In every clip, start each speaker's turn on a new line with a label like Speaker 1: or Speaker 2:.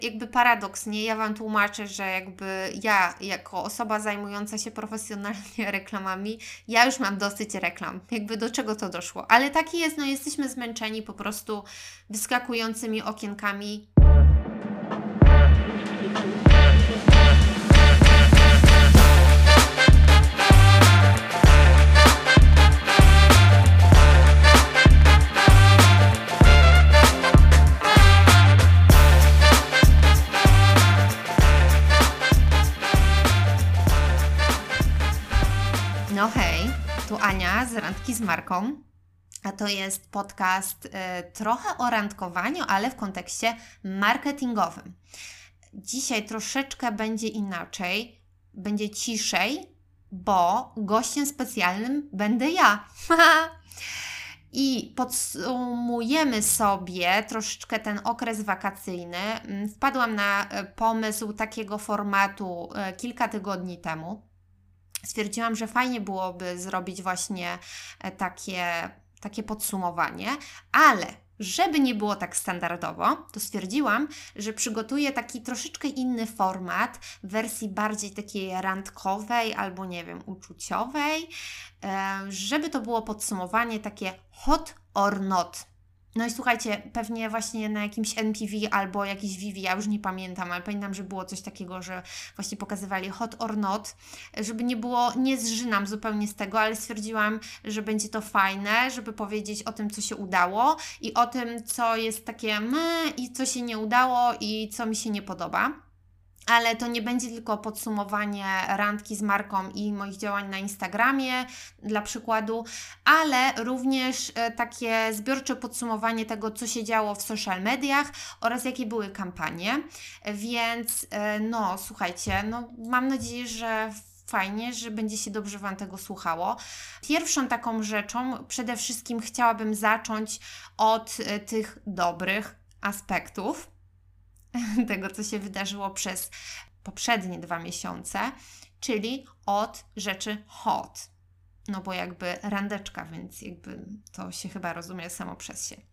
Speaker 1: Jakby paradoks, nie? Ja Wam tłumaczę, że jakby ja, jako osoba zajmująca się profesjonalnie reklamami, ja już mam dosyć reklam. Jakby do czego to doszło. Ale taki jest, no jesteśmy zmęczeni po prostu wyskakującymi okienkami. No hej, tu Ania z Randki z Marką, a to jest podcast trochę o randkowaniu, ale w kontekście marketingowym. Dzisiaj troszeczkę będzie inaczej, będzie ciszej, bo gościem specjalnym będę ja. I podsumujemy sobie troszeczkę ten okres wakacyjny. Wpadłam na pomysł takiego formatu kilka tygodni temu. Stwierdziłam, że fajnie byłoby zrobić właśnie takie podsumowanie, ale żeby nie było tak standardowo, to stwierdziłam, że przygotuję taki troszeczkę inny format w wersji bardziej takiej randkowej albo nie wiem, uczuciowej, żeby to było podsumowanie takie hot or not. No i słuchajcie, pewnie właśnie na jakimś NTV albo jakiś Vivi, ja już nie pamiętam, ale pamiętam, że było coś takiego, że właśnie pokazywali hot or not, żeby nie było, nie zżynam zupełnie z tego, ale stwierdziłam, że będzie to fajne, żeby powiedzieć o tym, co się udało i o tym, co jest takie i co się nie udało i co mi się nie podoba. Ale to nie będzie tylko podsumowanie randki z Marką i moich działań na Instagramie, dla przykładu, ale również takie zbiorcze podsumowanie tego, co się działo w social mediach oraz jakie były kampanie. Więc no, słuchajcie, no, mam nadzieję, że fajnie, że będzie się dobrze Wam tego słuchało. Pierwszą taką rzeczą, przede wszystkim chciałabym zacząć od tych dobrych aspektów tego, co się wydarzyło przez poprzednie 2 miesiące, czyli od rzeczy hot. No bo jakby randeczka, więc jakby to się chyba rozumie samo przez się.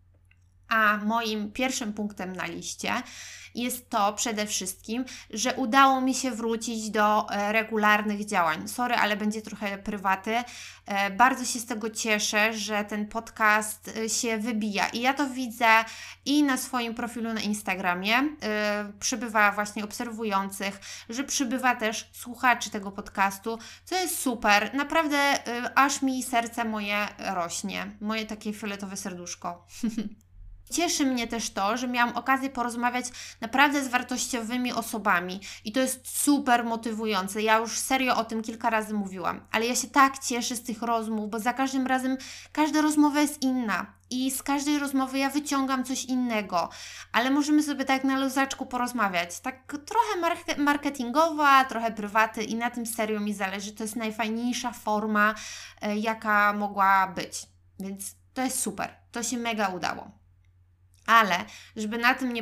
Speaker 1: A moim pierwszym punktem na liście jest to przede wszystkim, że udało mi się wrócić do regularnych działań. Sorry, ale będzie trochę prywaty. Bardzo się z tego cieszę, że ten podcast się wybija. I ja to widzę i na swoim profilu na Instagramie. Przybywa właśnie obserwujących, że przybywa też słuchaczy tego podcastu, co jest super. Naprawdę aż mi serce moje rośnie. Moje takie fioletowe serduszko. Cieszy mnie też to, że miałam okazję porozmawiać naprawdę z wartościowymi osobami i to jest super motywujące. Ja już serio o tym kilka razy mówiłam, ale ja się tak cieszę z tych rozmów, bo za każdym razem każda rozmowa jest inna i z każdej rozmowy ja wyciągam coś innego, ale możemy sobie tak na luzaczku porozmawiać, tak trochę marketingowa, trochę prywaty i na tym serio mi zależy. To jest najfajniejsza forma, jaka mogła być, więc to jest super, to się mega udało. Ale żeby na tym nie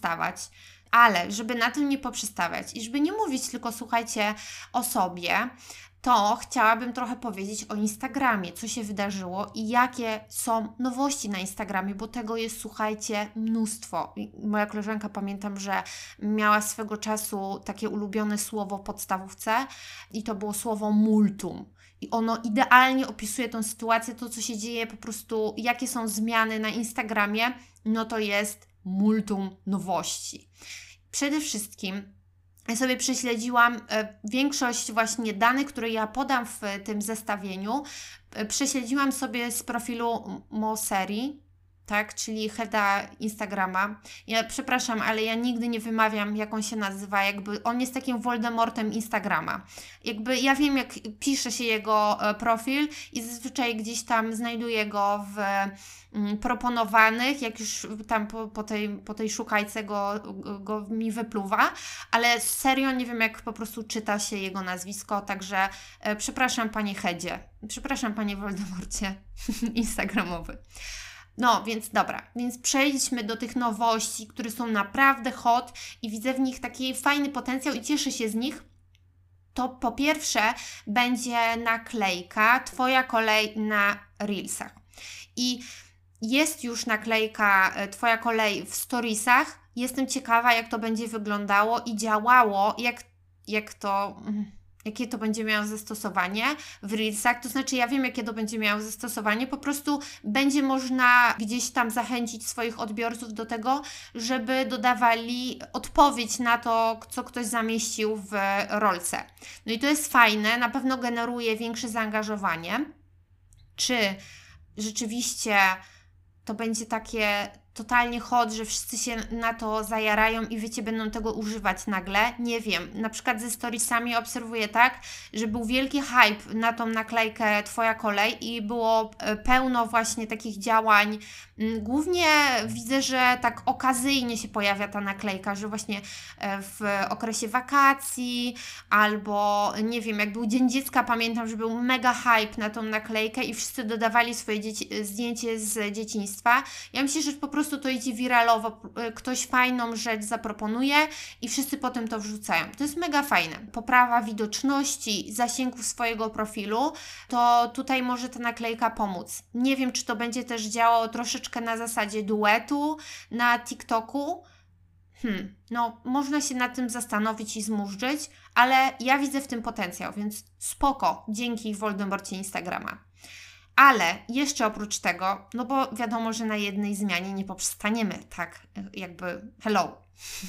Speaker 1: poprzestawać i żeby nie mówić tylko, słuchajcie, o sobie, to chciałabym trochę powiedzieć o Instagramie, co się wydarzyło i jakie są nowości na Instagramie, bo tego jest, słuchajcie, mnóstwo. Moja koleżanka, pamiętam, że miała swego czasu takie ulubione słowo w podstawówce i to było słowo multum. I ono idealnie opisuje tą sytuację, to co się dzieje, po prostu jakie są zmiany na Instagramie, no to jest multum nowości. Przede wszystkim ja sobie prześledziłam większość właśnie danych, które ja podam w tym zestawieniu. Prześledziłam sobie z profilu Mosery, tak, czyli heada Instagrama. Ja przepraszam, ale ja nigdy nie wymawiam, jak on się nazywa, jakby on jest takim Voldemortem Instagrama. Jakby ja wiem, jak pisze się jego profil i zazwyczaj gdzieś tam znajduję go w proponowanych, jak już tam po tej szukajce go mi wypluwa, ale serio nie wiem, jak po prostu czyta się jego nazwisko, także przepraszam Panie headzie, przepraszam Panie Voldemorcie instagramowy. No, więc dobra, więc przejdźmy do tych nowości, które są naprawdę hot i widzę w nich taki fajny potencjał i cieszę się z nich. To po pierwsze będzie naklejka Twoja kolej na Reelsach. I jest już naklejka Twoja kolej w storiesach, Jestem ciekawa, jak to będzie wyglądało i działało, jakie to będzie miało zastosowanie w Reelsach. To znaczy, ja wiem, jakie to będzie miało zastosowanie, po prostu będzie można gdzieś tam zachęcić swoich odbiorców do tego, żeby dodawali odpowiedź na to, co ktoś zamieścił w rolce. No i to jest fajne, na pewno generuje większe zaangażowanie. Czy rzeczywiście to będzie takie totalnie hot, że wszyscy się na to zajarają i wiecie, będą tego używać nagle? Nie wiem. Na przykład ze storiesami obserwuję tak, że był wielki hype na tą naklejkę Twoja kolej i było pełno właśnie takich działań. Głównie widzę, że tak okazyjnie się pojawia ta naklejka, że właśnie w okresie wakacji albo nie wiem, jak był Dzień Dziecka, pamiętam, że był mega hype na tą naklejkę i wszyscy dodawali swoje zdjęcie z dzieciństwa. Ja myślę, że po prostu to idzie wiralowo, ktoś fajną rzecz zaproponuje i wszyscy potem to wrzucają. To jest mega fajne. Poprawa widoczności, zasięgu swojego profilu, to tutaj może ta naklejka pomóc. Nie wiem, czy to będzie też działało troszeczkę na zasadzie duetu na TikToku. No, można się nad tym zastanowić i zmurzyć, ale ja widzę w tym potencjał, więc spoko, dzięki Voldemorcie Instagrama. Ale jeszcze oprócz tego, no bo wiadomo, że na jednej zmianie nie poprzestaniemy, tak jakby hello.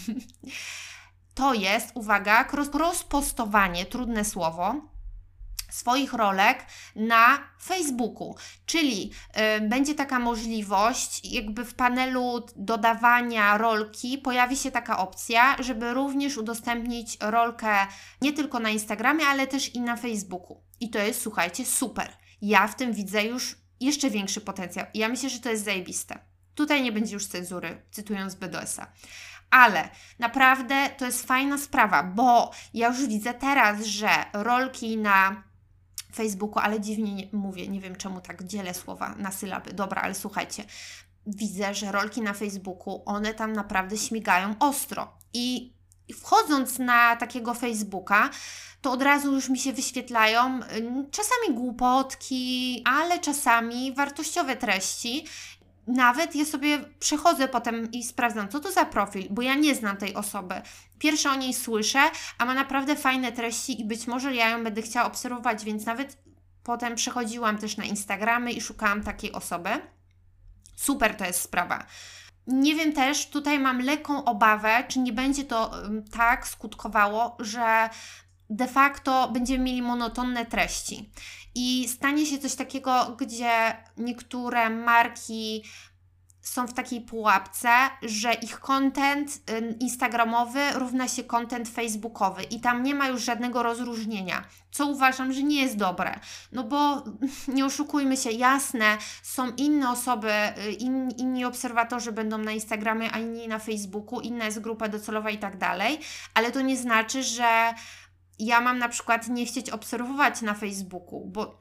Speaker 1: To jest, uwaga, cross-postowanie, trudne słowo, swoich rolek na Facebooku, czyli będzie taka możliwość, jakby w panelu dodawania rolki pojawi się taka opcja, żeby również udostępnić rolkę nie tylko na Instagramie, ale też i na Facebooku. I to jest, słuchajcie, super. Ja w tym widzę już jeszcze większy potencjał. Ja myślę, że to jest zajebiste. Tutaj nie będzie już cenzury, cytując BDS-a. Ale naprawdę to jest fajna sprawa, bo ja już widzę teraz, że rolki na Facebooku, ale dziwnie mówię, nie wiem czemu tak dzielę słowa na sylaby. Dobra, ale słuchajcie, widzę, że rolki na Facebooku, one tam naprawdę śmigają ostro. I wchodząc na takiego Facebooka, to od razu już mi się wyświetlają czasami głupotki, ale czasami wartościowe treści. Nawet ja sobie przechodzę potem i sprawdzam, co to za profil, bo ja nie znam tej osoby. Pierwsze o niej słyszę, a ma naprawdę fajne treści i być może ja ją będę chciała obserwować, więc nawet potem przechodziłam też na Instagramy i szukałam takiej osoby. Super to jest sprawa. Nie wiem też, tutaj mam lekką obawę, czy nie będzie to tak skutkowało, że de facto będziemy mieli monotonne treści. I stanie się coś takiego, gdzie niektóre marki są w takiej pułapce, że ich content instagramowy równa się content facebookowy i tam nie ma już żadnego rozróżnienia, co uważam, że nie jest dobre. No bo nie oszukujmy się, jasne, są inne osoby, inni obserwatorzy będą na Instagramie, a inni na Facebooku, inna jest grupa docelowa i tak dalej, ale to nie znaczy, że ja mam na przykład nie chcieć obserwować na Facebooku, bo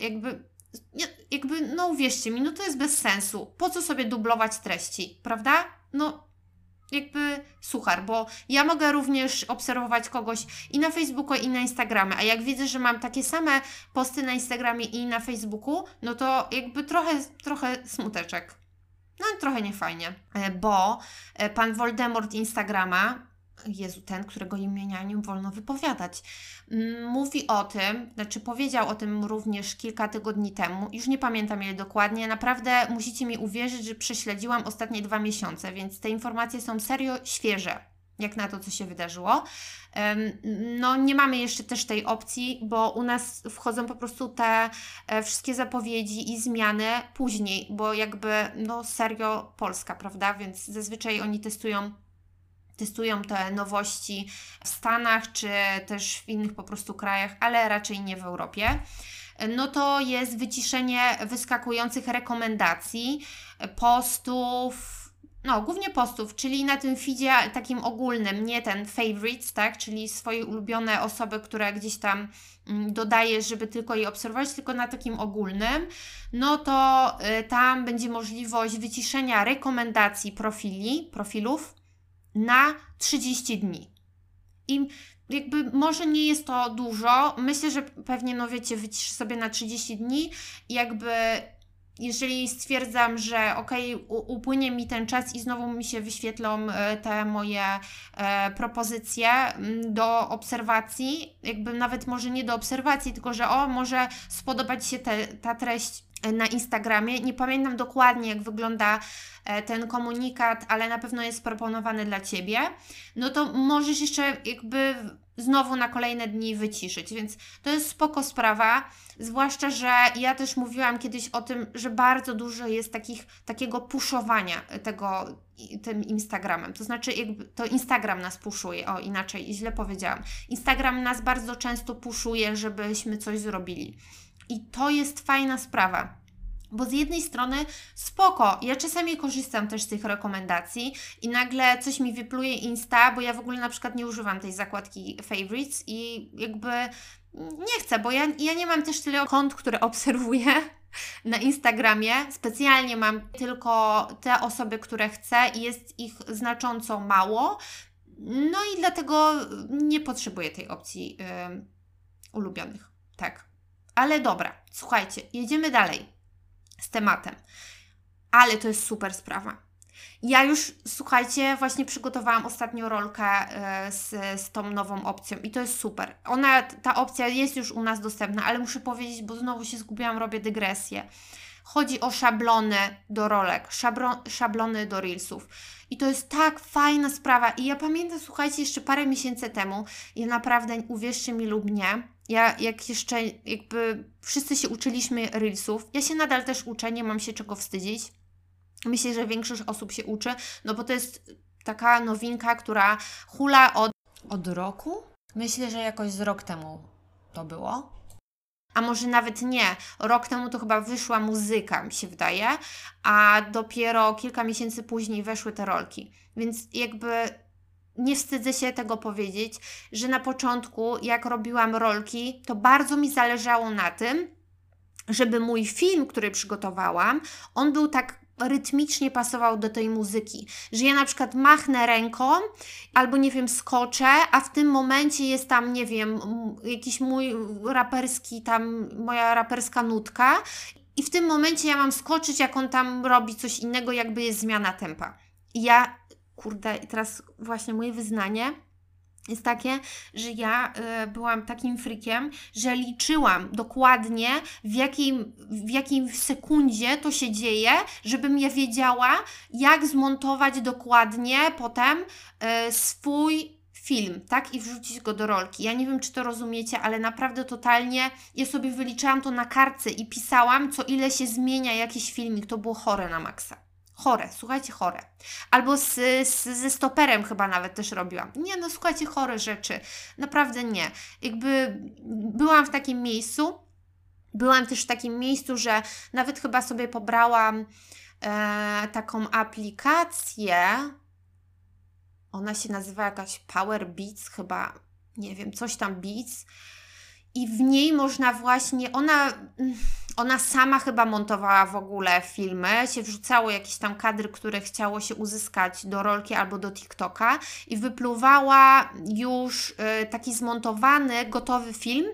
Speaker 1: no uwierzcie mi, no to jest bez sensu. Po co sobie dublować treści, prawda? No jakby suchar, bo ja mogę również obserwować kogoś i na Facebooku, i na Instagramie, a jak widzę, że mam takie same posty na Instagramie i na Facebooku, no to jakby trochę smuteczek. No i trochę niefajnie, bo pan Voldemort Instagrama, Jezu, ten, którego imienia nie wolno wypowiadać, mówi o tym, znaczy powiedział o tym również kilka tygodni temu, już nie pamiętam ile dokładnie, naprawdę musicie mi uwierzyć, że prześledziłam ostatnie 2 miesiące, więc te informacje są serio świeże, jak na to, co się wydarzyło. No nie mamy jeszcze też tej opcji, bo u nas wchodzą po prostu te wszystkie zapowiedzi i zmiany później, bo jakby no serio Polska, prawda, więc zazwyczaj oni testują te nowości w Stanach, czy też w innych po prostu krajach, ale raczej nie w Europie. No to jest wyciszenie wyskakujących rekomendacji, postów, no głównie postów, czyli na tym feedzie takim ogólnym, nie ten favorites, tak, czyli swoje ulubione osoby, które gdzieś tam dodajesz, żeby tylko je obserwować, tylko na takim ogólnym, no to tam będzie możliwość wyciszenia rekomendacji profilów na 30 dni. I jakby może nie jest to dużo, myślę, że pewnie, no wiecie, wycisz sobie na 30 dni i jakby jeżeli stwierdzam, że upłynie mi ten czas i znowu mi się wyświetlą te moje propozycje do obserwacji, jakby nawet może nie do obserwacji, tylko że może spodobać się ta treść na Instagramie. Nie pamiętam dokładnie, jak wygląda ten komunikat, ale na pewno jest proponowany dla Ciebie, no to możesz jeszcze jakby znowu na kolejne dni wyciszyć, więc to jest spoko sprawa, zwłaszcza, że ja też mówiłam kiedyś o tym, że bardzo dużo jest takiego puszowania tym Instagramem, to znaczy jakby to Instagram nas puszuje, inaczej, źle powiedziałam, Instagram nas bardzo często puszuje, żebyśmy coś zrobili i to jest fajna sprawa. Bo z jednej strony spoko, ja czasami korzystam też z tych rekomendacji i nagle coś mi wypluje Insta, bo ja w ogóle na przykład nie używam tej zakładki favorites i jakby nie chcę, bo ja nie mam też tyle kont, które obserwuję na Instagramie. Specjalnie mam tylko te osoby, które chcę i jest ich znacząco mało. No i dlatego nie potrzebuję tej opcji ulubionych. Tak. Ale dobra, słuchajcie, jedziemy dalej z tematem. Ale to jest super sprawa. Ja już, słuchajcie, właśnie przygotowałam ostatnio rolkę z tą nową opcją i to jest super. Ta opcja jest już u nas dostępna, ale muszę powiedzieć, bo znowu się zgubiłam, robię dygresję. Chodzi o szablony do rolek, szablony do reelsów. I to jest tak fajna sprawa. I ja pamiętam, słuchajcie, jeszcze parę miesięcy temu, ja naprawdę, uwierzcie mi lub nie, jak jeszcze jakby wszyscy się uczyliśmy reelsów, ja się nadal też uczę, nie mam się czego wstydzić. Myślę, że większość osób się uczy, no bo to jest taka nowinka, która hula od roku? Myślę, że jakoś z rok temu to było. A może nawet nie. Rok temu to chyba wyszła muzyka, mi się wydaje, a dopiero kilka miesięcy później weszły te rolki. Więc jakby nie wstydzę się tego powiedzieć, że na początku, jak robiłam rolki, to bardzo mi zależało na tym, żeby mój film, który przygotowałam, on był tak rytmicznie pasował do tej muzyki, że ja na przykład machnę ręką albo nie wiem, skoczę, a w tym momencie jest tam, nie wiem, jakiś mój raperski, tam moja raperska nutka i w tym momencie ja mam skoczyć, jak on tam robi coś innego, jakby jest zmiana tempa. I ja, kurde, teraz właśnie moje wyznanie jest takie, że ja byłam takim freakiem, że liczyłam dokładnie w jakiej sekundzie to się dzieje, żebym ja wiedziała, jak zmontować dokładnie potem swój film, tak? I wrzucić go do rolki. Ja nie wiem, czy to rozumiecie, ale naprawdę totalnie ja sobie wyliczałam to na kartce i pisałam, co ile się zmienia jakiś filmik. To było chore na maksa. Chore, słuchajcie, chore. Albo ze stoperem chyba nawet też robiłam. Nie, no słuchajcie, chore rzeczy. Naprawdę nie. Jakby byłam w takim miejscu, byłam też w takim miejscu, że nawet chyba sobie pobrałam taką aplikację. Ona się nazywa jakaś Power Beats chyba, nie wiem, coś tam Beats. I w niej można właśnie, ona sama chyba montowała w ogóle filmy, się wrzucało jakieś tam kadry, które chciało się uzyskać do rolki albo do TikToka i wypluwała już taki zmontowany, gotowy film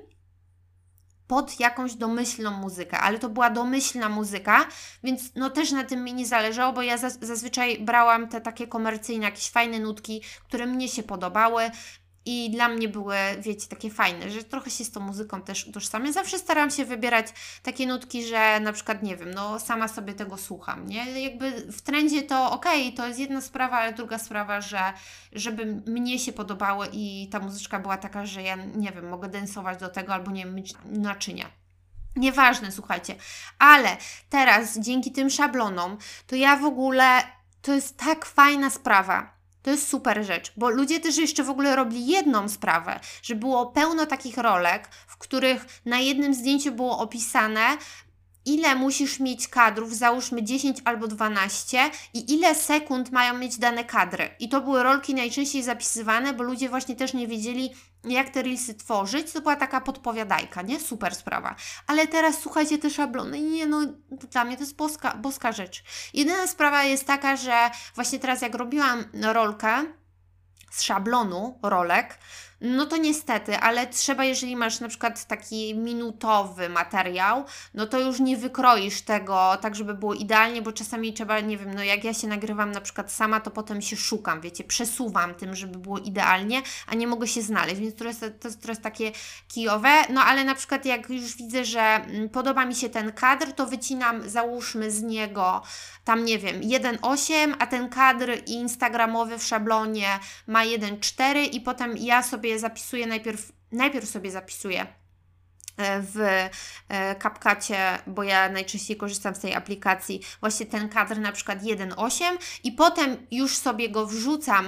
Speaker 1: pod jakąś domyślną muzykę, ale to była domyślna muzyka, więc no też na tym mi nie zależało, bo ja zazwyczaj brałam te takie komercyjne, jakieś fajne nutki, które mnie się podobały, i dla mnie były, wiecie, takie fajne, że trochę się z tą muzyką też utożsamiam. Zawsze staram się wybierać takie nutki, że na przykład, nie wiem, no sama sobie tego słucham, nie? Jakby w trendzie to okej, to jest jedna sprawa, ale druga sprawa, żeby mnie się podobały i ta muzyczka była taka, że ja, nie wiem, mogę dansować do tego albo, nie wiem, mieć naczynia. Nieważne, słuchajcie. Ale teraz dzięki tym szablonom, to ja w ogóle, to jest tak fajna sprawa. To jest super rzecz, bo ludzie też jeszcze w ogóle robili jedną sprawę, że było pełno takich rolek, w których na jednym zdjęciu było opisane, ile musisz mieć kadrów, załóżmy 10 albo 12 i ile sekund mają mieć dane kadry. I to były rolki najczęściej zapisywane, bo ludzie właśnie też nie wiedzieli, jak te reelsy tworzyć. To była taka podpowiadajka, nie? Super sprawa. Ale teraz słuchajcie, te szablony, nie no, dla mnie to jest boska rzecz. Jedyna sprawa jest taka, że właśnie teraz jak robiłam rolkę z szablonu rolek, no to niestety, ale trzeba, jeżeli masz na przykład taki minutowy materiał, no to już nie wykroisz tego tak, żeby było idealnie, bo czasami trzeba, nie wiem, no jak ja się nagrywam na przykład sama, to potem się szukam, wiecie, przesuwam tym, żeby było idealnie, a nie mogę się znaleźć, więc to jest trochę takie kijowe, no ale na przykład jak już widzę, że podoba mi się ten kadr, to wycinam, załóżmy z niego tam, nie wiem, 1,8, a ten kadr instagramowy w szablonie ma 1,4 i potem ja sobie zapisuję, najpierw sobie zapisuję w CapCutie, bo ja najczęściej korzystam z tej aplikacji, właśnie ten kadr na przykład 1,8 i potem już sobie go wrzucam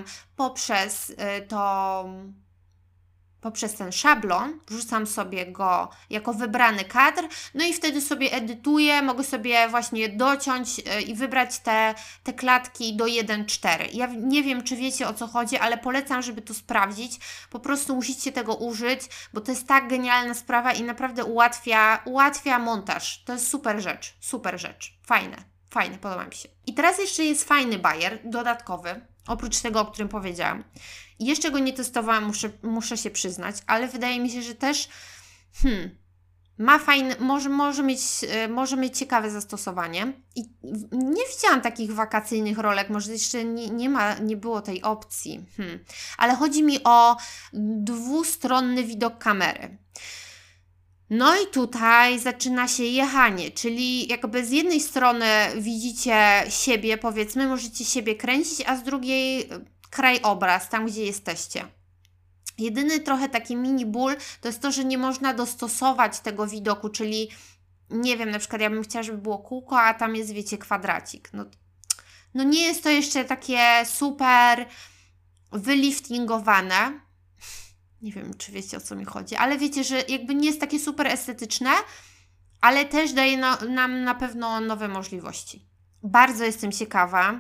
Speaker 1: poprzez ten szablon, wrzucam sobie go jako wybrany kadr, no i wtedy sobie edytuję, mogę sobie właśnie dociąć i wybrać te klatki do 1,4. Ja nie wiem, czy wiecie, o co chodzi, ale polecam, żeby to sprawdzić. Po prostu musicie tego użyć, bo to jest tak genialna sprawa i naprawdę ułatwia montaż. To jest super rzecz. Fajne, podoba mi się. I teraz jeszcze jest fajny bajer dodatkowy, oprócz tego, o którym powiedziałam. Jeszcze go nie testowałam, muszę się przyznać, ale wydaje mi się, że też ma fajny, może mieć ciekawe zastosowanie. I nie widziałam takich wakacyjnych rolek, może jeszcze nie było tej opcji. Ale chodzi mi o dwustronny widok kamery. No i tutaj zaczyna się jechanie, czyli jakby z jednej strony widzicie siebie, powiedzmy, możecie siebie kręcić, a z drugiej krajobraz, tam gdzie jesteście. Jedyny trochę taki mini ból to jest to, że nie można dostosować tego widoku, czyli nie wiem, na przykład ja bym chciała, żeby było kółko, a tam jest, wiecie, kwadracik. No nie jest to jeszcze takie super wyliftingowane. Nie wiem, czy wiecie, o co mi chodzi, ale wiecie, że jakby nie jest takie super estetyczne, ale też daje nam na pewno nowe możliwości. Bardzo jestem ciekawa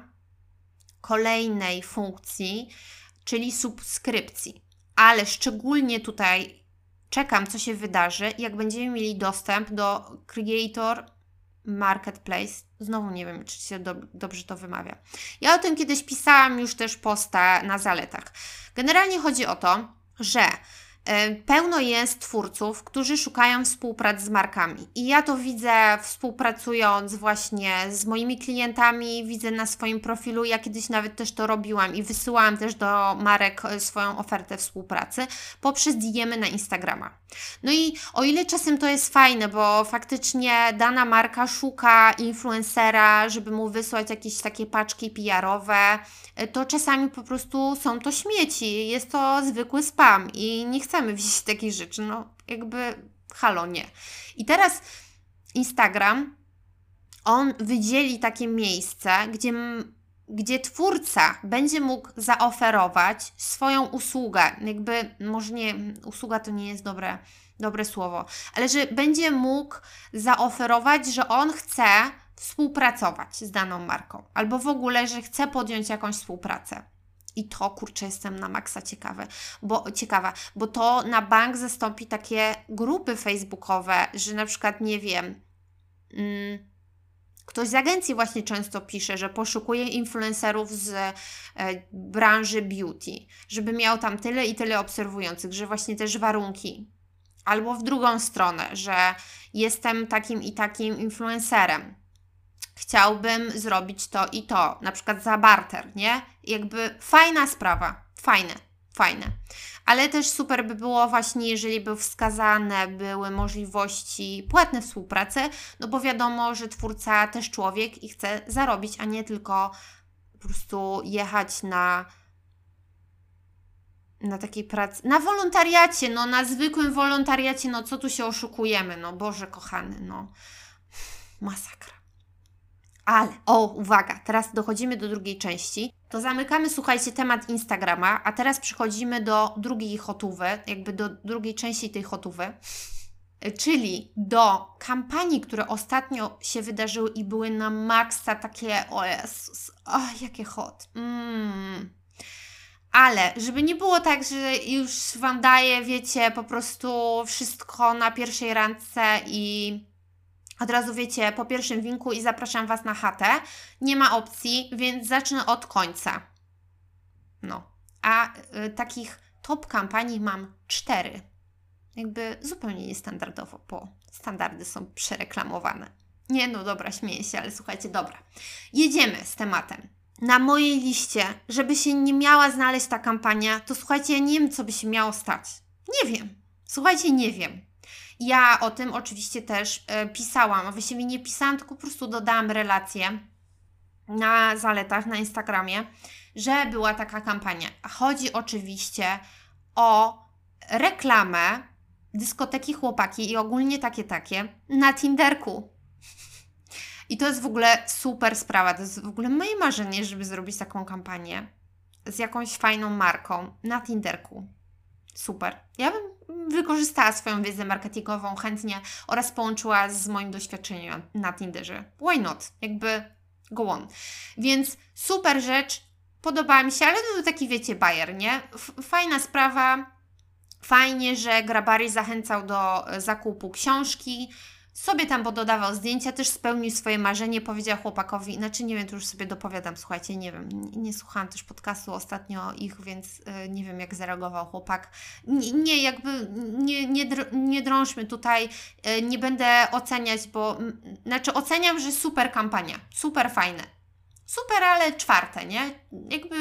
Speaker 1: kolejnej funkcji, czyli subskrypcji, ale szczególnie tutaj czekam, co się wydarzy, jak będziemy mieli dostęp do Creator Marketplace. Znowu nie wiem, czy się dobrze to wymawia. Ja o tym kiedyś pisałam już też posta na zaletach. Generalnie chodzi o to, że pełno jest twórców, którzy szukają współpracy z markami. I ja to widzę współpracując właśnie z moimi klientami, widzę na swoim profilu, ja kiedyś nawet też to robiłam i wysyłałam też do marek swoją ofertę współpracy poprzez DM-y na Instagrama. No i o ile czasem to jest fajne, bo faktycznie dana marka szuka influencera, żeby mu wysłać jakieś takie paczki PR-owe, to czasami po prostu są to śmieci, jest to zwykły spam i nie chcemy widzieć takich rzeczy, no jakby halo, nie. I teraz Instagram, on wydzieli takie miejsce, gdzie twórca będzie mógł zaoferować swoją usługę, jakby może nie, usługa to nie jest dobre słowo, ale że będzie mógł zaoferować, że on chce współpracować z daną marką, albo w ogóle, że chce podjąć jakąś współpracę. I to, kurczę, jestem na maksa ciekawa, bo to na bank zastąpi takie grupy facebookowe, że na przykład, nie wiem, ktoś z agencji właśnie często pisze, że poszukuje influencerów z branży beauty, żeby miał tam tyle i tyle obserwujących, że właśnie też warunki. Albo w drugą stronę, że jestem takim i takim influencerem. Chciałbym zrobić to i to, na przykład za barter, nie? Jakby fajna sprawa, fajne. Ale też super by było właśnie, jeżeli by wskazane były możliwości płatnej współpracy, no bo wiadomo, że twórca też człowiek i chce zarobić, a nie tylko po prostu jechać na takiej pracy, na wolontariacie, no na zwykłym wolontariacie, no co tu się oszukujemy, no Boże kochany, no masakra. Ale, uwaga, teraz dochodzimy do drugiej części. To zamykamy, słuchajcie, temat Instagrama, a teraz przechodzimy do drugiej hotówy, jakby do drugiej części tej hotówy, czyli do kampanii, które ostatnio się wydarzyły i były na maksa takie, o Jezus, jakie hot. Ale żeby nie było tak, że już Wam daję, wiecie, po prostu wszystko na pierwszej randce i od razu wiecie, po pierwszym winku i zapraszam Was na chatę. Nie ma opcji, więc zacznę od końca. No, a takich top kampanii mam 4. Jakby zupełnie niestandardowo, bo standardy są przereklamowane. Nie, no dobra, śmieję się, ale słuchajcie, dobra. Jedziemy z tematem. Na mojej liście, żeby się nie miała znaleźć ta kampania, to słuchajcie, ja nie wiem, co by się miało stać. Nie wiem. Słuchajcie, nie wiem. Ja o tym oczywiście też pisałam, a właściwie nie pisałam, tylko po prostu dodałam relację na zaletach, na Instagramie, że była taka kampania. Chodzi oczywiście o reklamę dyskoteki Chłopaki i ogólnie takie na Tinderku. I to jest w ogóle super sprawa, to jest w ogóle moje marzenie, żeby zrobić taką kampanię z jakąś fajną marką na Tinderku. Super. Ja bym wykorzystała swoją wiedzę marketingową chętnie oraz połączyła z moim doświadczeniem na Tinderze. Why not? Jakby go on. Więc super rzecz, podobała mi się, ale to taki, wiecie, bajer, nie? Fajna sprawa, fajnie, że Grabari zachęcał do zakupu książki, sobie tam pododawał zdjęcia, też spełnił swoje marzenie, powiedział chłopakowi, znaczy nie wiem, to już sobie dopowiadam, słuchajcie, nie wiem, nie słuchałam też podcastu ostatnio ich, więc nie wiem, jak zareagował chłopak. Nie drążmy tutaj, nie będę oceniać, bo, znaczy oceniam, że super kampania, super fajne, super, ale 4, nie? Jakby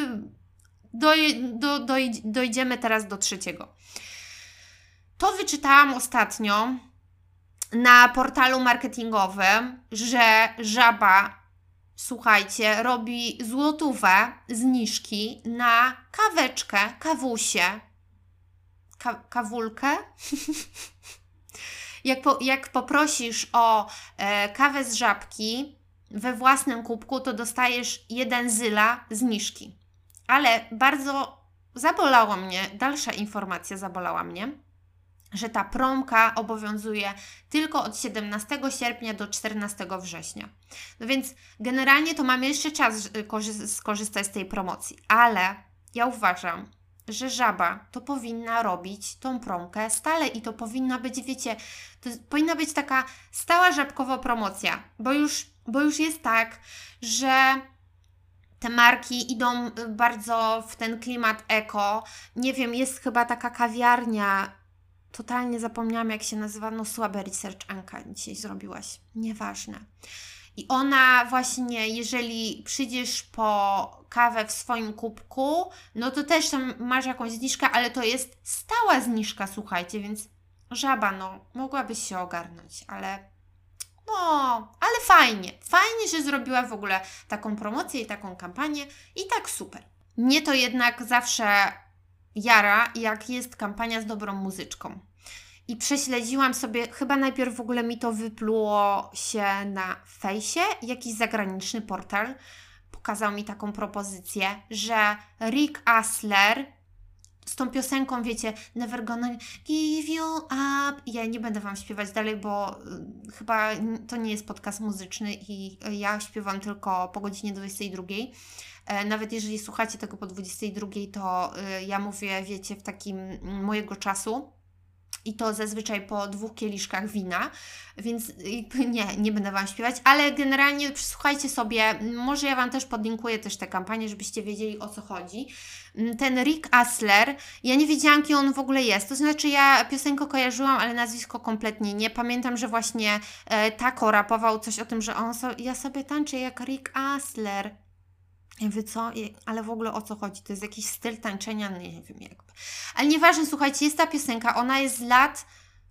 Speaker 1: dojdziemy teraz do 3. To wyczytałam ostatnio na portalu marketingowym, że Żaba, słuchajcie, robi złotówę zniżki na kaweczkę, kawusię, kawulkę. Jak poprosisz o kawę z Żabki we własnym kubku, to dostajesz 1 zyla zniżki. Ale bardzo zabolało mnie, dalsza informacja zabolała mnie, że ta promka obowiązuje tylko od 17 sierpnia do 14 września. No więc generalnie to mamy jeszcze czas skorzystać z tej promocji, ale ja uważam, że Żaba to powinna robić tą promkę stale i to powinna być, wiecie, to powinna być taka stała żabkowa promocja, bo już jest tak, że te marki idą bardzo w ten klimat eko. Nie wiem, jest chyba taka kawiarnia, totalnie zapomniałam, jak się nazywa, no słabe research, Anka, dzisiaj zrobiłaś, nieważne. I ona właśnie, jeżeli przyjdziesz po kawę w swoim kubku, no to też tam masz jakąś zniżkę, ale to jest stała zniżka, słuchajcie, więc Żaba, no, mogłabyś się ogarnąć, ale fajnie, że zrobiła w ogóle taką promocję i taką kampanię i tak super. Mnie to jednak zawsze jara, jak jest kampania z dobrą muzyczką. I prześledziłam sobie, chyba najpierw w ogóle mi to wypluło się na fejsie, jakiś zagraniczny portal pokazał mi taką propozycję, że Rick Astley z tą piosenką, wiecie, Never Gonna Give You Up. Ja nie będę Wam śpiewać dalej, bo chyba to nie jest podcast muzyczny i ja śpiewam tylko po godzinie 22. Nawet jeżeli słuchacie tego po 22, to ja mówię, wiecie, w takim mojego czasu. I to zazwyczaj po 2 kieliszkach wina, więc nie będę Wam śpiewać, ale generalnie przysłuchajcie sobie, może ja Wam też podlinkuję też tę kampanię, żebyście wiedzieli, o co chodzi. Ten Rick Astley, ja nie wiedziałam, kim on w ogóle jest, to znaczy ja piosenkę kojarzyłam, ale nazwisko kompletnie nie. Pamiętam, że właśnie Taco rapował coś o tym, że ja sobie tańczę jak Rick Astley. Ja mówię, co? Ale w ogóle o co chodzi? To jest jakiś styl tańczenia? No nie wiem jakby. Ale nieważne, słuchajcie, jest ta piosenka, ona jest z lat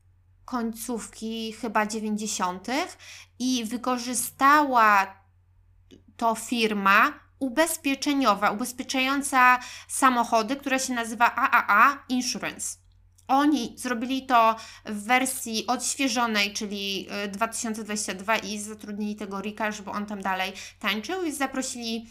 Speaker 1: końcówki chyba 90. i wykorzystała to firma ubezpieczeniowa, ubezpieczająca samochody, która się nazywa AAA Insurance. Oni zrobili to w wersji odświeżonej, czyli 2022 i zatrudnili tego Ricka, żeby on tam dalej tańczył i zaprosili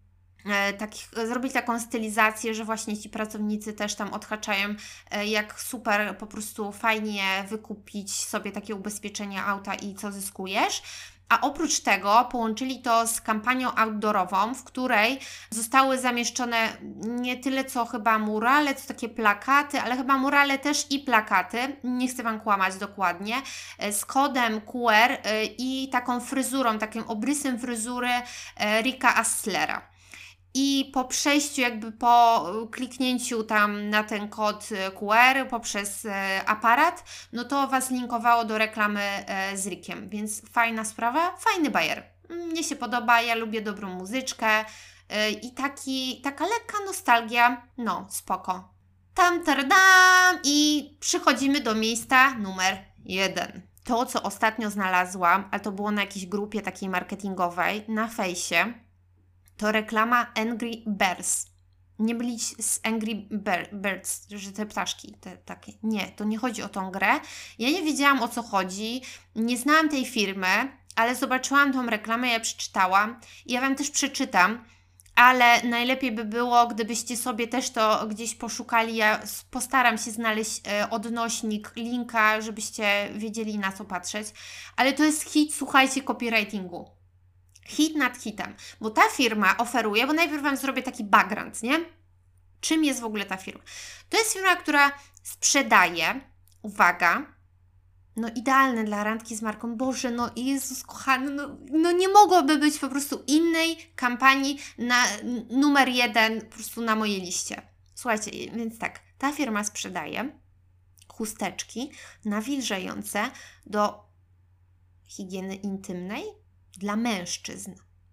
Speaker 1: zrobili taką stylizację, że właśnie ci pracownicy też tam odhaczają, jak super po prostu fajnie wykupić sobie takie ubezpieczenie auta i co zyskujesz. A oprócz tego połączyli to z kampanią outdoorową, w której zostały zamieszczone nie tyle co chyba murale, co takie plakaty, ale chyba murale też i plakaty, nie chcę Wam kłamać dokładnie, z kodem QR i taką fryzurą, takim obrysem fryzury Ricka Astlera. i po przejściu, jakby po kliknięciu tam na ten kod QR poprzez aparat, no to Was linkowało do reklamy z Rickiem, więc fajna sprawa, fajny bajer. Mnie się podoba, ja lubię dobrą muzyczkę i taka lekka nostalgia, no spoko. Tam, tardam i przychodzimy do miejsca numer 1. To, co ostatnio znalazłam, ale to było na jakiejś grupie takiej marketingowej na fejsie, to reklama Angry Birds. Nie mylić z Angry Birds, że te ptaszki, te takie. Nie, to nie chodzi o tą grę. Ja nie wiedziałam, o co chodzi, nie znałam tej firmy, ale zobaczyłam tą reklamę, ja przeczytałam i ja Wam też przeczytam, ale najlepiej by było, gdybyście sobie też to gdzieś poszukali. Ja postaram się znaleźć odnośnik, linka, żebyście wiedzieli, na co patrzeć. Ale to jest hit, słuchajcie, copywritingu. Hit nad hitem, bo ta firma oferuje, bo najpierw Wam zrobię taki background, nie? Czym jest w ogóle ta firma? To jest firma, która sprzedaje, uwaga, no idealne dla randki z marką. Boże, no Jezus kochany, no nie mogłoby być po prostu innej kampanii na numer 1 po prostu na mojej liście. Słuchajcie, więc tak, ta firma sprzedaje chusteczki nawilżające do higieny intymnej dla mężczyzn.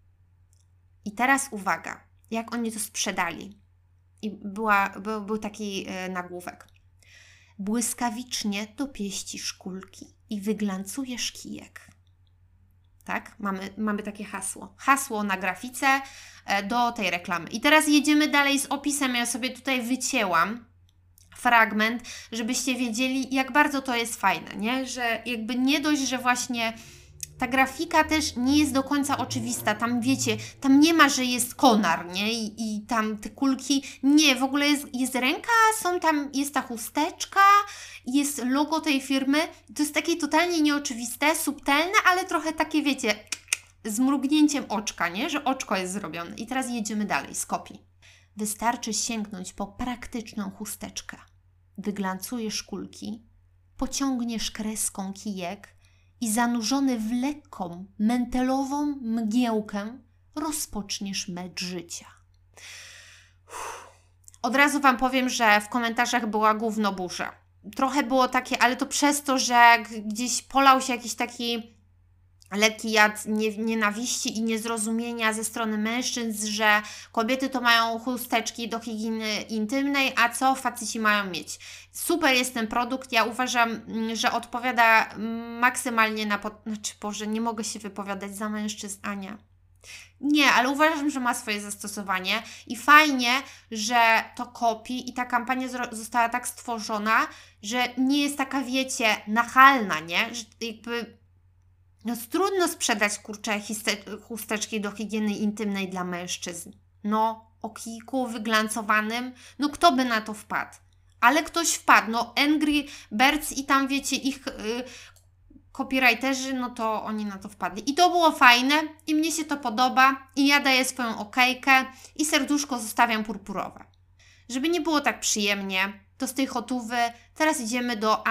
Speaker 1: I teraz uwaga, jak oni to sprzedali. I był taki nagłówek. Błyskawicznie dopieścisz kulki i wyglancujesz kijek. Tak? Mamy takie hasło. Hasło na grafice do tej reklamy. I teraz jedziemy dalej z opisem. Ja sobie tutaj wycięłam fragment, żebyście wiedzieli, jak bardzo to jest fajne, nie? Że jakby nie dość, że właśnie ta grafika też nie jest do końca oczywista. Tam wiecie, tam nie ma, że jest konar, nie? I tam te kulki. Nie, w ogóle jest ręka, jest ta chusteczka, jest logo tej firmy. To jest takie totalnie nieoczywiste, subtelne, ale trochę takie, wiecie, z mrugnięciem oczka, nie? Że oczko jest zrobione. I teraz jedziemy dalej z kopii. Wystarczy sięgnąć po praktyczną chusteczkę. Wyglancujesz kulki, pociągniesz kreską kijek i zanurzony w lekką, mentelową mgiełkę rozpoczniesz mecz życia. Od razu Wam powiem, że w komentarzach była gównoburza. Trochę było takie, ale to przez to, że gdzieś polał się jakiś taki lekki jad nienawiści i niezrozumienia ze strony mężczyzn, że kobiety to mają chusteczki do higieny intymnej, a co faceci mają mieć. Super jest ten produkt, ja uważam, że odpowiada maksymalnie znaczy, Boże, nie mogę się wypowiadać za mężczyzn, Ania. Nie, ale uważam, że ma swoje zastosowanie i fajnie, że to kopi i ta kampania została tak stworzona, że nie jest taka, wiecie, nachalna, nie? Że jakby no trudno sprzedać, kurczę, chusteczki do higieny intymnej dla mężczyzn. No, o kijku wyglancowanym, no kto by na to wpadł? Ale ktoś wpadł, no Angry Birds i tam, wiecie, ich copywriterzy, no to oni na to wpadli. I to było fajne i mnie się to podoba i ja daję swoją okejkę i serduszko zostawiam purpurowe. Żeby nie było tak przyjemnie, to z tej Hotówy teraz idziemy do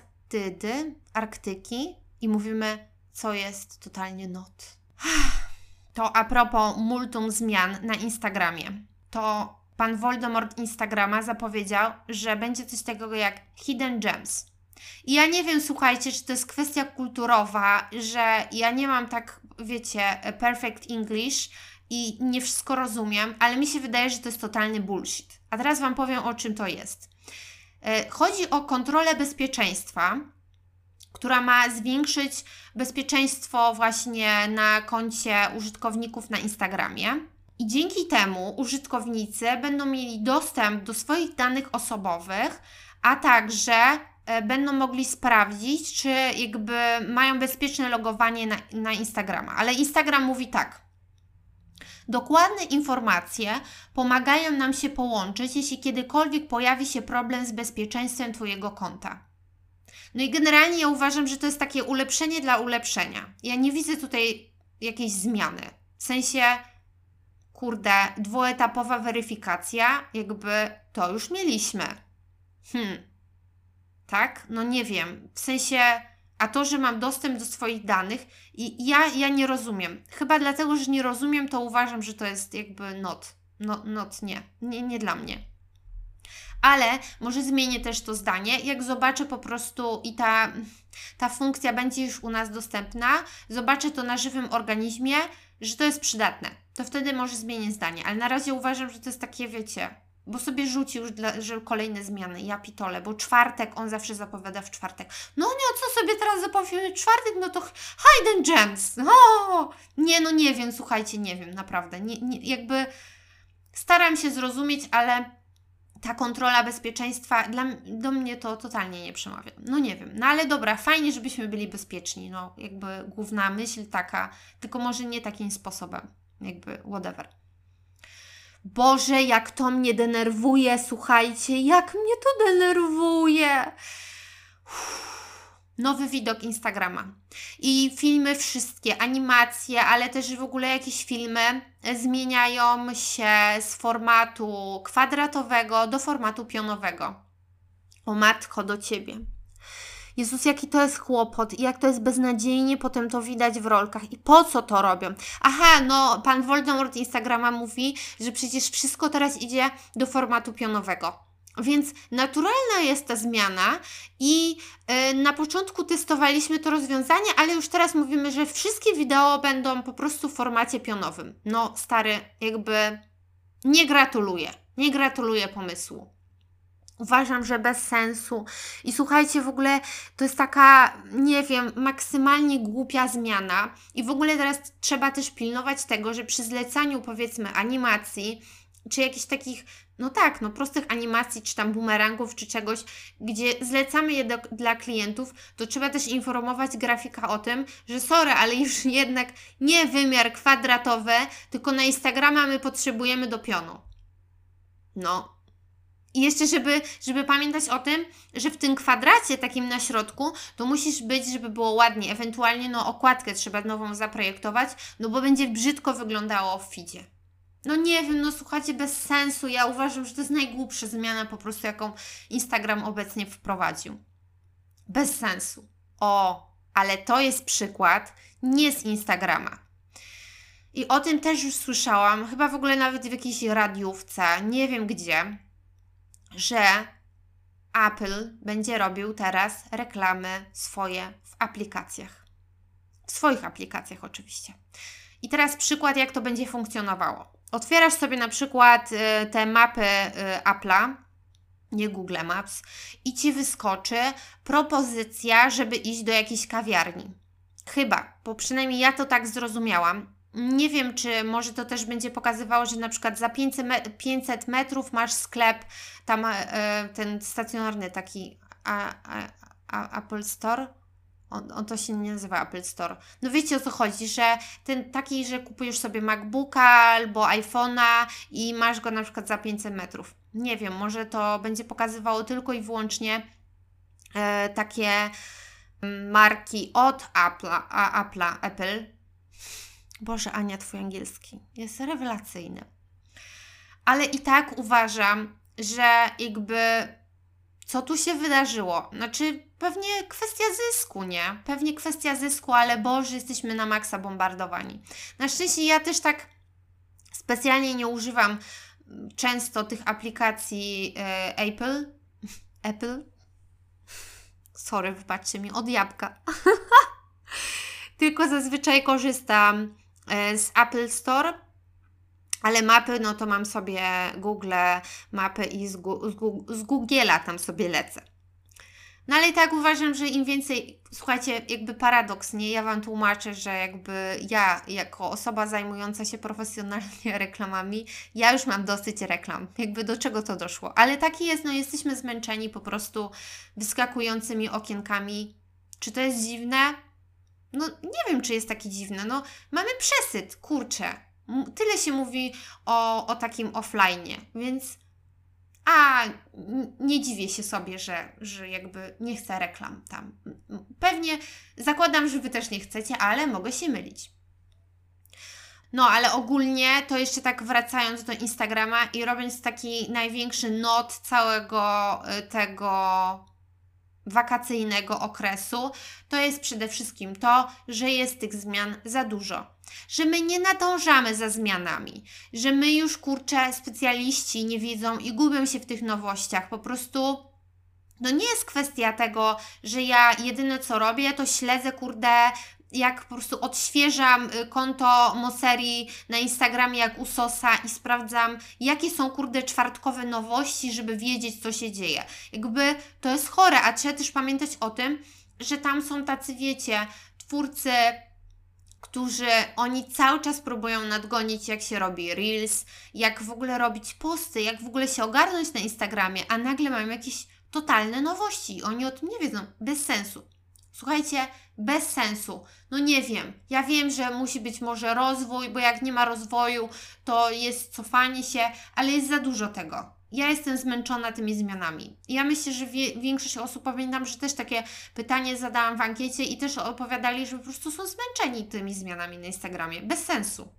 Speaker 1: Arktyki i mówimy, co jest totalnie not. To a propos multum zmian na Instagramie. To pan Voldemort Instagrama zapowiedział, że będzie coś takiego jak Hidden Gems. I ja nie wiem, słuchajcie, czy to jest kwestia kulturowa, że ja nie mam tak, wiecie, perfect English i nie wszystko rozumiem, ale mi się wydaje, że to jest totalny bullshit. A teraz Wam powiem, o czym to jest. Chodzi o kontrolę bezpieczeństwa, która ma zwiększyć bezpieczeństwo właśnie na koncie użytkowników na Instagramie. I dzięki temu użytkownicy będą mieli dostęp do swoich danych osobowych, a także będą mogli sprawdzić, czy jakby mają bezpieczne logowanie na Instagrama. Ale Instagram mówi tak. Dokładne informacje pomagają nam się połączyć, jeśli kiedykolwiek pojawi się problem z bezpieczeństwem Twojego konta. No i generalnie ja uważam, że to jest takie ulepszenie dla ulepszenia. Ja nie widzę tutaj jakiejś zmiany. W sensie, kurde, dwuetapowa weryfikacja, jakby to już mieliśmy. Tak? No nie wiem. W sensie, a to, że mam dostęp do swoich danych i ja nie rozumiem. Chyba dlatego, że nie rozumiem, to uważam, że to jest jakby not. nie dla mnie. Ale może zmienię też to zdanie, jak zobaczę po prostu i ta funkcja będzie już u nas dostępna, zobaczę to na żywym organizmie, że to jest przydatne. To wtedy może zmienię zdanie, ale na razie uważam, że to jest takie, wiecie, bo sobie rzucił już że kolejne zmiany, ja pitole, bo czwartek, on zawsze zapowiada w czwartek. No nie, co sobie teraz zapowiemy w czwartek, no to Hidden Gems. Nie wiem, słuchajcie, nie wiem, naprawdę. Jakby staram się zrozumieć, ale ta kontrola bezpieczeństwa do mnie to totalnie nie przemawia. No nie wiem, no ale dobra, fajnie, żebyśmy byli bezpieczni, no jakby główna myśl taka, tylko może nie takim sposobem, jakby whatever. Boże, jak to mnie denerwuje, słuchajcie, jak mnie to denerwuje. Nowy widok Instagrama i filmy wszystkie, animacje, ale też w ogóle jakieś filmy zmieniają się z formatu kwadratowego do formatu pionowego. O matko, do Ciebie. Jezus, jaki to jest kłopot i jak to jest beznadziejnie potem to widać w rolkach. I po co to robią? Aha, no pan Voldemort Instagrama mówi, że przecież wszystko teraz idzie do formatu pionowego. Więc naturalna jest ta zmiana i na początku testowaliśmy to rozwiązanie, ale już teraz mówimy, że wszystkie wideo będą po prostu w formacie pionowym. No stary, jakby nie gratuluję pomysłu. Uważam, że bez sensu. I słuchajcie, w ogóle to jest taka, nie wiem, maksymalnie głupia zmiana. I w ogóle teraz trzeba też pilnować tego, że przy zlecaniu, powiedzmy, animacji, czy jakichś takich, prostych animacji, czy tam bumerangów, czy czegoś, gdzie zlecamy je dla klientów, to trzeba też informować grafika o tym, że sorry, ale już jednak nie wymiar kwadratowy, tylko na Instagrama my potrzebujemy do pionu. No. I jeszcze, żeby pamiętać o tym, że w tym kwadracie takim na środku, to musisz być, żeby było ładnie. Ewentualnie okładkę trzeba nową zaprojektować, bo będzie brzydko wyglądało w feedzie. No nie wiem, słuchajcie, bez sensu. Ja uważam, że to jest najgłupsza zmiana po prostu, jaką Instagram obecnie wprowadził. Bez sensu. Ale to jest przykład nie z Instagrama. I o tym też już słyszałam, chyba w ogóle nawet w jakiejś radiówce, nie wiem gdzie, że Apple będzie robił teraz reklamy swoje w aplikacjach. W swoich aplikacjach oczywiście. I teraz przykład, jak to będzie funkcjonowało. Otwierasz sobie na przykład te mapy Apple'a, nie Google Maps, i Ci wyskoczy propozycja, żeby iść do jakiejś kawiarni. Chyba, bo przynajmniej ja to tak zrozumiałam. Nie wiem, czy może to też będzie pokazywało, że na przykład za 500 metrów masz sklep, tam ten stacjonarny taki Apple Store. On to się nie nazywa Apple Store. No wiecie, o co chodzi, że ten taki, że kupujesz sobie MacBooka albo iPhone'a i masz go na przykład za 500 metrów. Nie wiem, może to będzie pokazywało tylko i wyłącznie takie marki od Apple. Boże, Ania, Twój angielski jest rewelacyjny. Ale i tak uważam, że jakby co tu się wydarzyło? Znaczy, pewnie kwestia zysku, nie? Pewnie kwestia zysku, ale Boże, jesteśmy na maksa bombardowani. Na szczęście ja też tak specjalnie nie używam często tych aplikacji Apple. Sorry, wybaczcie mi, od jabłka. Tylko zazwyczaj korzystam z Apple Store, ale mapy, to mam sobie Google Mapy i z Google'a tam sobie lecę. No ale i tak uważam, że im więcej, słuchajcie, jakby paradoks, nie? Ja Wam tłumaczę, że jakby ja, jako osoba zajmująca się profesjonalnie reklamami, ja już mam dosyć reklam. Jakby do czego to doszło? Ale taki jest, jesteśmy zmęczeni po prostu wyskakującymi okienkami. Czy to jest dziwne? Nie wiem, czy jest taki dziwne. Mamy przesyt, kurczę. Tyle się mówi o takim offline'ie, więc nie dziwię się sobie, że jakby nie chcę reklam tam. Pewnie zakładam, że Wy też nie chcecie, ale mogę się mylić. Ale ogólnie to jeszcze tak wracając do Instagrama i robiąc taki największy not całego tego wakacyjnego okresu, to jest przede wszystkim to, że jest tych zmian za dużo. Że my nie nadążamy za zmianami, że my już, kurczę, specjaliści nie widzą i gubią się w tych nowościach. Po prostu no nie jest kwestia tego, że ja jedyne co robię, to śledzę, kurde, jak po prostu odświeżam konto Moserii na Instagramie jak u Sosa i sprawdzam, jakie są, kurde, czwartkowe nowości, żeby wiedzieć, co się dzieje. Jakby to jest chore, a trzeba też pamiętać o tym, że tam są tacy, wiecie, twórcy, którzy oni cały czas próbują nadgonić, jak się robi Reels, jak w ogóle robić posty, jak w ogóle się ogarnąć na Instagramie, a nagle mają jakieś totalne nowości i oni o tym nie wiedzą. Bez sensu. Słuchajcie, bez sensu. No nie wiem. Ja wiem, że musi być może rozwój, bo jak nie ma rozwoju, to jest cofanie się, ale jest za dużo tego. Ja jestem zmęczona tymi zmianami. Ja myślę, że większość osób, pamiętam, że też takie pytanie zadałam w ankiecie i też opowiadali, że po prostu są zmęczeni tymi zmianami na Instagramie. Bez sensu.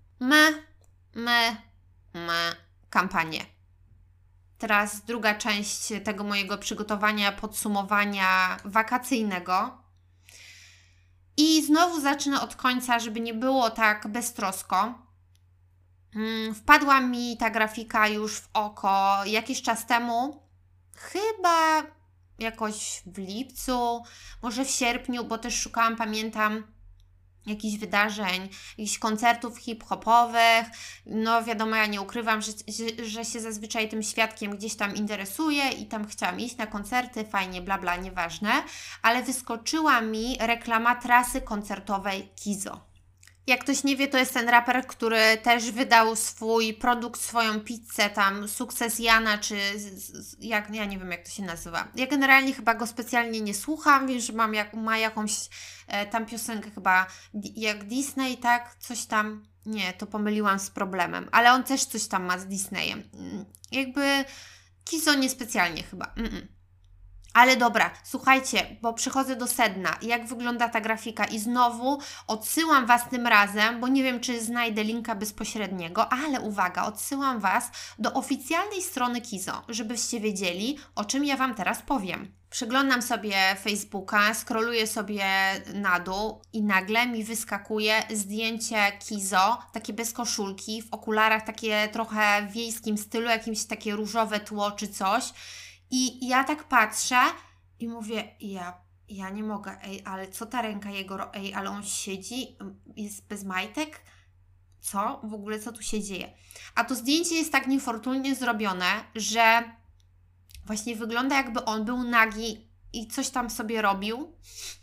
Speaker 1: Kampanie. Teraz druga część tego mojego przygotowania, podsumowania wakacyjnego. I znowu zacznę od końca, żeby nie było tak beztrosko. Wpadła mi ta grafika już w oko jakiś czas temu, chyba jakoś w lipcu, może w sierpniu, bo też szukałam, pamiętam, jakichś wydarzeń, jakichś koncertów hip-hopowych. No wiadomo, ja nie ukrywam, że się zazwyczaj tym świadkiem gdzieś tam interesuję i tam chciałam iść na koncerty, fajnie, bla bla, nieważne, ale wyskoczyła mi reklama trasy koncertowej Kizo. Jak ktoś nie wie, to jest ten raper, który też wydał swój produkt, swoją pizzę, tam Sukces Jana, czy jak, ja nie wiem, jak to się nazywa. Ja generalnie chyba go specjalnie nie słucham, wiem, że ma jakąś tam piosenkę chyba jak Disney, tak? Coś tam, nie, to pomyliłam z Problemem, ale on też coś tam ma z Disneyem. Jakby Kizo niespecjalnie chyba. Ale dobra, słuchajcie, bo przychodzę do sedna, jak wygląda ta grafika i znowu odsyłam Was tym razem, bo nie wiem, czy znajdę linka bezpośredniego, ale uwaga, odsyłam Was do oficjalnej strony Kizo, żebyście wiedzieli, o czym ja Wam teraz powiem. Przeglądam sobie Facebooka, scrolluję sobie na dół i nagle mi wyskakuje zdjęcie Kizo, takie bez koszulki, w okularach, takie trochę w wiejskim stylu, jakimś takie różowe tło czy coś. I ja tak patrzę i mówię, ja nie mogę, ale co ta ręka jego, ale on siedzi, jest bez majtek? Co? W ogóle co tu się dzieje? A to zdjęcie jest tak niefortunnie zrobione, że właśnie wygląda, jakby on był nagi i coś tam sobie robił.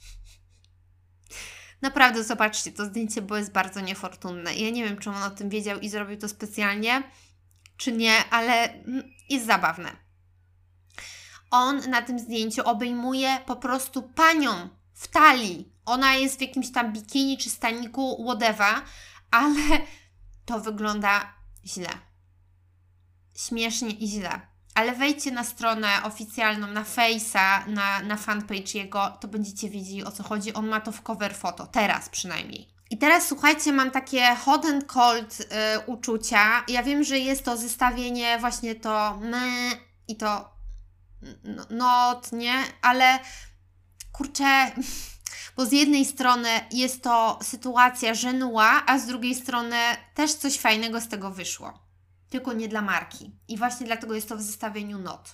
Speaker 1: Naprawdę, zobaczcie, to zdjęcie było jest bardzo niefortunne. Ja nie wiem, czy on o tym wiedział i zrobił to specjalnie, czy nie, ale jest zabawne. On na tym zdjęciu obejmuje po prostu panią w talii. Ona jest w jakimś tam bikini czy staniku, whatever, ale to wygląda źle. Śmiesznie i źle. Ale wejdźcie na stronę oficjalną, na Face'a, na fanpage jego, to będziecie wiedzieli, o co chodzi. On ma to w cover photo, teraz przynajmniej. I teraz słuchajcie, mam takie hot and cold uczucia. Ja wiem, że jest to zestawienie właśnie to i to not, nie? Ale kurczę, bo z jednej strony jest to sytuacja żenua, a z drugiej strony też coś fajnego z tego wyszło. Tylko nie dla marki. I właśnie dlatego jest to w zestawieniu not.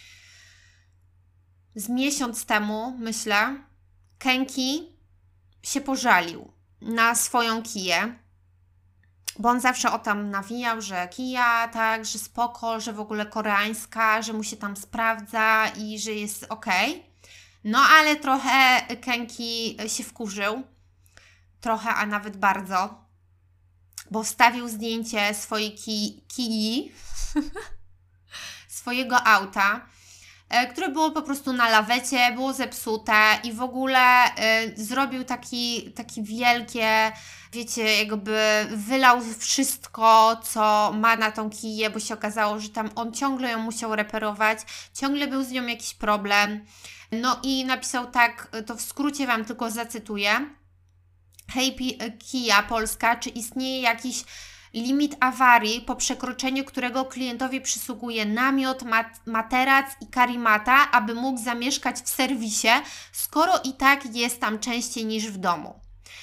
Speaker 1: Z miesiąc temu, myślę, Kenki się pożalił na swoją Kiję, bo on zawsze o tam nawijał, że Kia, tak, że spoko, że w ogóle koreańska, że mu się tam sprawdza i że jest okej. No ale trochę Kenki się wkurzył, trochę, a nawet bardzo, bo wstawił zdjęcie swojej Kii, swojego auta, które było po prostu na lawecie, było zepsute i w ogóle zrobił taki wielkie, wiecie, jakby wylał wszystko, co ma na tą Kiję, bo się okazało, że tam on ciągle ją musiał reperować, ciągle był z nią jakiś problem. No i napisał tak, to w skrócie Wam tylko zacytuję. Hej Kia Polska, czy istnieje jakiś limit awarii, po przekroczeniu którego klientowi przysługuje namiot, materac i karimata, aby mógł zamieszkać w serwisie, skoro i tak jest tam częściej niż w domu.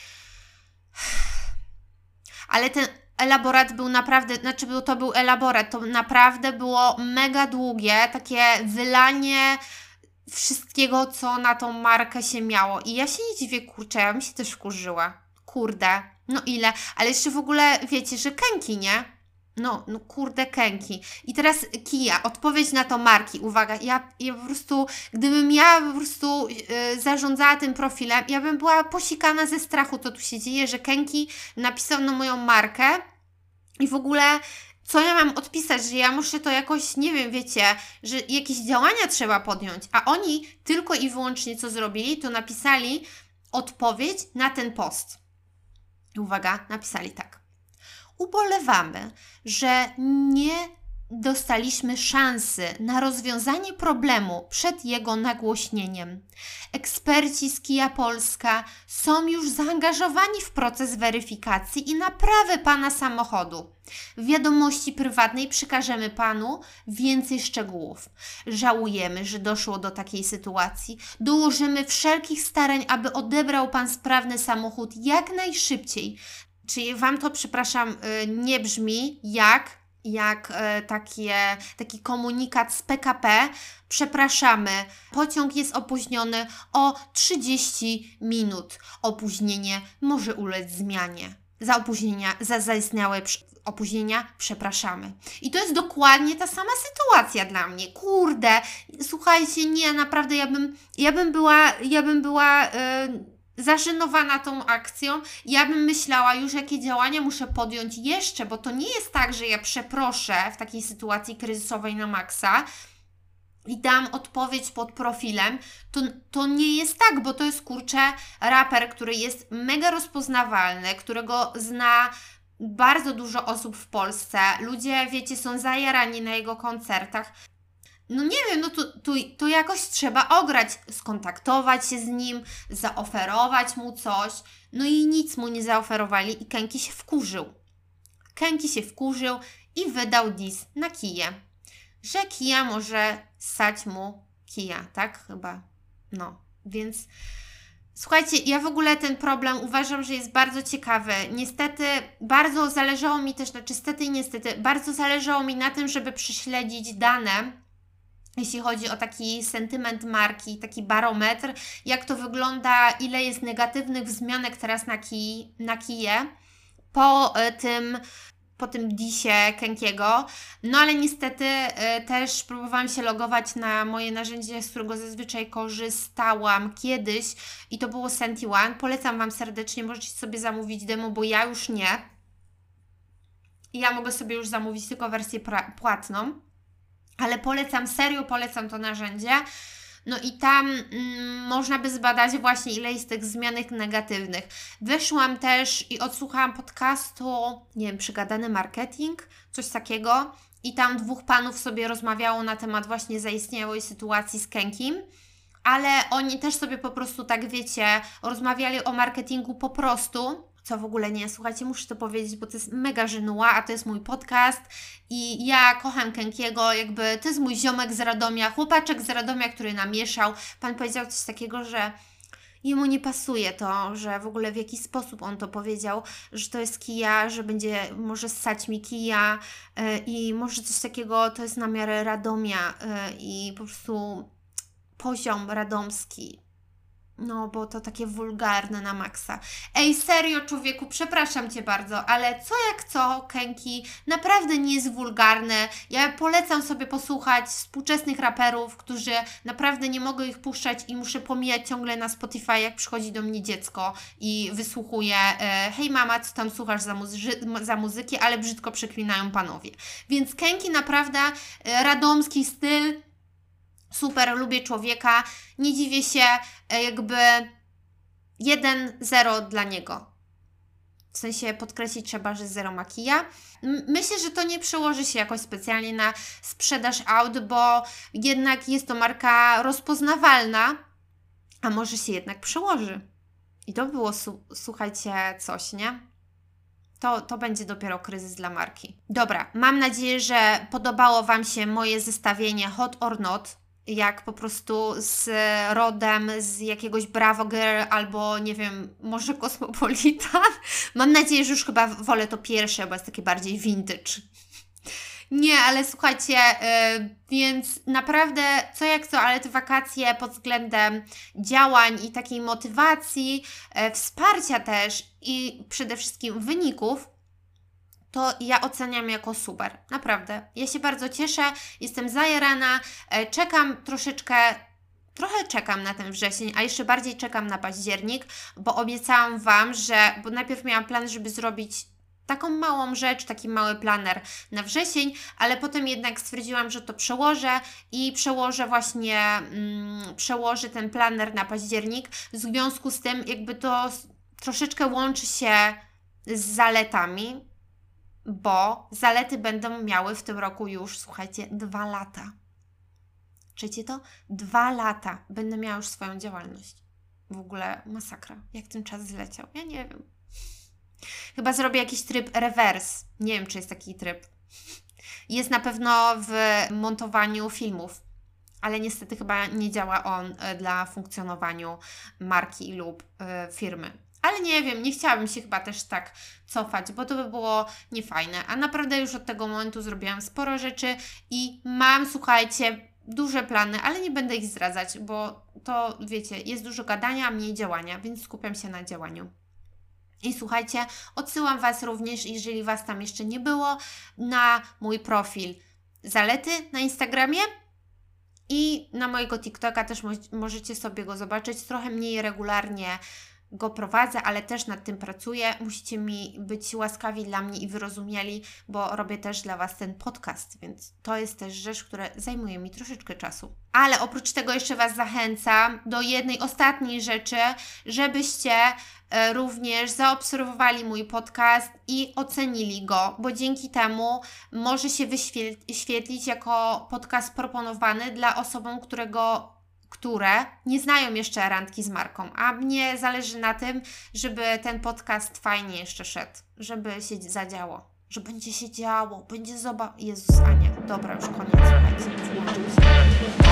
Speaker 1: Ale ten elaborat był naprawdę, to był elaborat, to naprawdę było mega długie, takie wylanie wszystkiego, co na tą markę się miało. I ja się nie dziwię, kurczę, ja bym się też wkurzyła. Kurde, no ile? Ale jeszcze w ogóle wiecie, że Kenki, nie? No kurde, Kenki. I teraz Kia, odpowiedź na to marki. Uwaga, ja po prostu, gdybym ja po prostu zarządzała tym profilem, ja bym była posikana ze strachu, co tu się dzieje, że Kenki napisał na moją markę i w ogóle co ja mam odpisać, że ja muszę to jakoś, nie wiem, wiecie, że jakieś działania trzeba podjąć, a oni tylko i wyłącznie co zrobili, to napisali odpowiedź na ten post. I uwaga, napisali tak. Ubolewamy, że nie dostaliśmy szansy na rozwiązanie problemu przed jego nagłośnieniem. Eksperci z Kia Polska są już zaangażowani w proces weryfikacji i naprawy Pana samochodu. W wiadomości prywatnej przekażemy Panu więcej szczegółów. Żałujemy, że doszło do takiej sytuacji. Dołożymy wszelkich starań, aby odebrał Pan sprawny samochód jak najszybciej. Czyli Wam to, przepraszam, nie brzmi jak taki komunikat z PKP. Przepraszamy, pociąg jest opóźniony o 30 minut. Opóźnienie może ulec zmianie. Za zaistniałe opóźnienia przepraszamy. I to jest dokładnie ta sama sytuacja dla mnie. Kurde, słuchajcie, nie, naprawdę ja bym była zażenowana tą akcją. Ja bym myślała już, jakie działania muszę podjąć jeszcze, bo to nie jest tak, że ja przeproszę w takiej sytuacji kryzysowej na maksa i dam odpowiedź pod profilem. To nie jest tak, bo to jest, kurczę, raper, który jest mega rozpoznawalny, którego zna bardzo dużo osób w Polsce. Ludzie, wiecie, są zajarani na jego koncertach. No nie wiem, no tu jakoś trzeba ograć, skontaktować się z nim, zaoferować mu coś. No i nic mu nie zaoferowali i Kenki się wkurzył. Kenki się wkurzył i wydał diss na Kiję. Że Kia może ssać mu kija, tak? Chyba. No, więc słuchajcie, ja w ogóle ten problem uważam, że jest bardzo ciekawy. Niestety bardzo zależało mi też, niestety i niestety, bardzo zależało mi na tym, żeby prześledzić dane, jeśli chodzi o taki sentyment marki, taki barometr, jak to wygląda, ile jest negatywnych wzmianek teraz na Kiję po tym disie Kenkiego. No ale niestety też próbowałam się logować na moje narzędzie, z którego zazwyczaj korzystałam kiedyś i to było Senti One. Polecam Wam serdecznie, możecie sobie zamówić demo, bo ja już nie. Ja mogę sobie już zamówić tylko wersję płatną. Ale polecam, serio polecam to narzędzie. No i tam można by zbadać właśnie, ile jest tych zmianek negatywnych. Weszłam też i odsłuchałam podcastu, nie wiem, Przygadany Marketing, coś takiego. I tam dwóch panów sobie rozmawiało na temat właśnie zaistniałej sytuacji z Kenkim. Ale oni też sobie po prostu, tak wiecie, rozmawiali o marketingu po prostu. Co w ogóle nie, słuchajcie, muszę to powiedzieć, bo to jest mega żenuła, a to jest mój podcast i ja kocham Kenkiego, jakby to jest mój ziomek z Radomia, chłopaczek z Radomia, który namieszał. Pan powiedział coś takiego, że jemu nie pasuje to, że w ogóle w jaki sposób on to powiedział, że to jest kija, że może ssać mi kija i może coś takiego, to jest na miarę Radomia i po prostu poziom radomski. No, bo to takie wulgarne na maksa. Ej, serio, człowieku, przepraszam Cię bardzo, ale co jak co, Kenki, naprawdę nie jest wulgarne. Ja polecam sobie posłuchać współczesnych raperów, którzy naprawdę nie mogę ich puszczać i muszę pomijać ciągle na Spotify, jak przychodzi do mnie dziecko i wysłuchuje hej mama, co tam słuchasz za muzyki, ale brzydko przeklinają panowie. Więc Kenki naprawdę radomski styl, super, lubię człowieka, nie dziwię się, jakby 1-0 dla niego. W sensie podkreślić trzeba, że 0 ma Kia. Myślę, że to nie przełoży się jakoś specjalnie na sprzedaż aut, bo jednak jest to marka rozpoznawalna, a może się jednak przełoży. I to było, słuchajcie, coś, nie? To będzie dopiero kryzys dla marki. Dobra, mam nadzieję, że podobało Wam się moje zestawienie Hot or Not, jak po prostu z rodem z jakiegoś Bravo Girl albo nie wiem, może Cosmopolitan. Mam nadzieję, że już chyba wolę to pierwsze, bo jest takie bardziej vintage. Nie, ale słuchajcie, więc naprawdę co jak co, ale te wakacje pod względem działań i takiej motywacji, wsparcia też i przede wszystkim wyników, to ja oceniam jako super. Naprawdę. Ja się bardzo cieszę, jestem zajarana, czekam trochę czekam na ten wrzesień, a jeszcze bardziej czekam na październik, bo obiecałam Wam, bo najpierw miałam plan, żeby zrobić taką małą rzecz, taki mały planer na wrzesień, ale potem jednak stwierdziłam, że to przełożę i przełożę ten planer na październik. W związku z tym jakby to troszeczkę łączy się z zaletami, bo zalety będą miały w tym roku już, słuchajcie, 2 lata. Czujecie to? 2 lata będę miała już swoją działalność. W ogóle masakra. Jak ten czas zleciał? Ja nie wiem. Chyba zrobię jakiś tryb reverse. Nie wiem, czy jest taki tryb. Jest na pewno w montowaniu filmów, ale niestety chyba nie działa on dla funkcjonowaniu marki lub firmy. Ale nie wiem, nie chciałabym się chyba też tak cofać, bo to by było niefajne. A naprawdę już od tego momentu zrobiłam sporo rzeczy i mam, słuchajcie, duże plany, ale nie będę ich zdradzać, bo to, wiecie, jest dużo gadania, a mniej działania, więc skupiam się na działaniu. I słuchajcie, odsyłam Was również, jeżeli Was tam jeszcze nie było, na mój profil Zalety na Instagramie i na mojego TikToka też możecie sobie go zobaczyć. Trochę mniej regularnie go prowadzę, ale też nad tym pracuję. Musicie mi być łaskawi dla mnie i wyrozumiali, bo robię też dla Was ten podcast, więc to jest też rzecz, która zajmuje mi troszeczkę czasu. Ale oprócz tego jeszcze Was zachęcam do jednej ostatniej rzeczy, żebyście również zaobserwowali mój podcast i ocenili go, bo dzięki temu może się wyświetlić jako podcast proponowany dla osobom, które nie znają jeszcze randki z marką, a mnie zależy na tym, żeby ten podcast fajnie jeszcze szedł, żeby się zadziało, że będzie się działo, będzie Jezus, Ania, dobra, już koniec, słuchajcie, wyłączam się.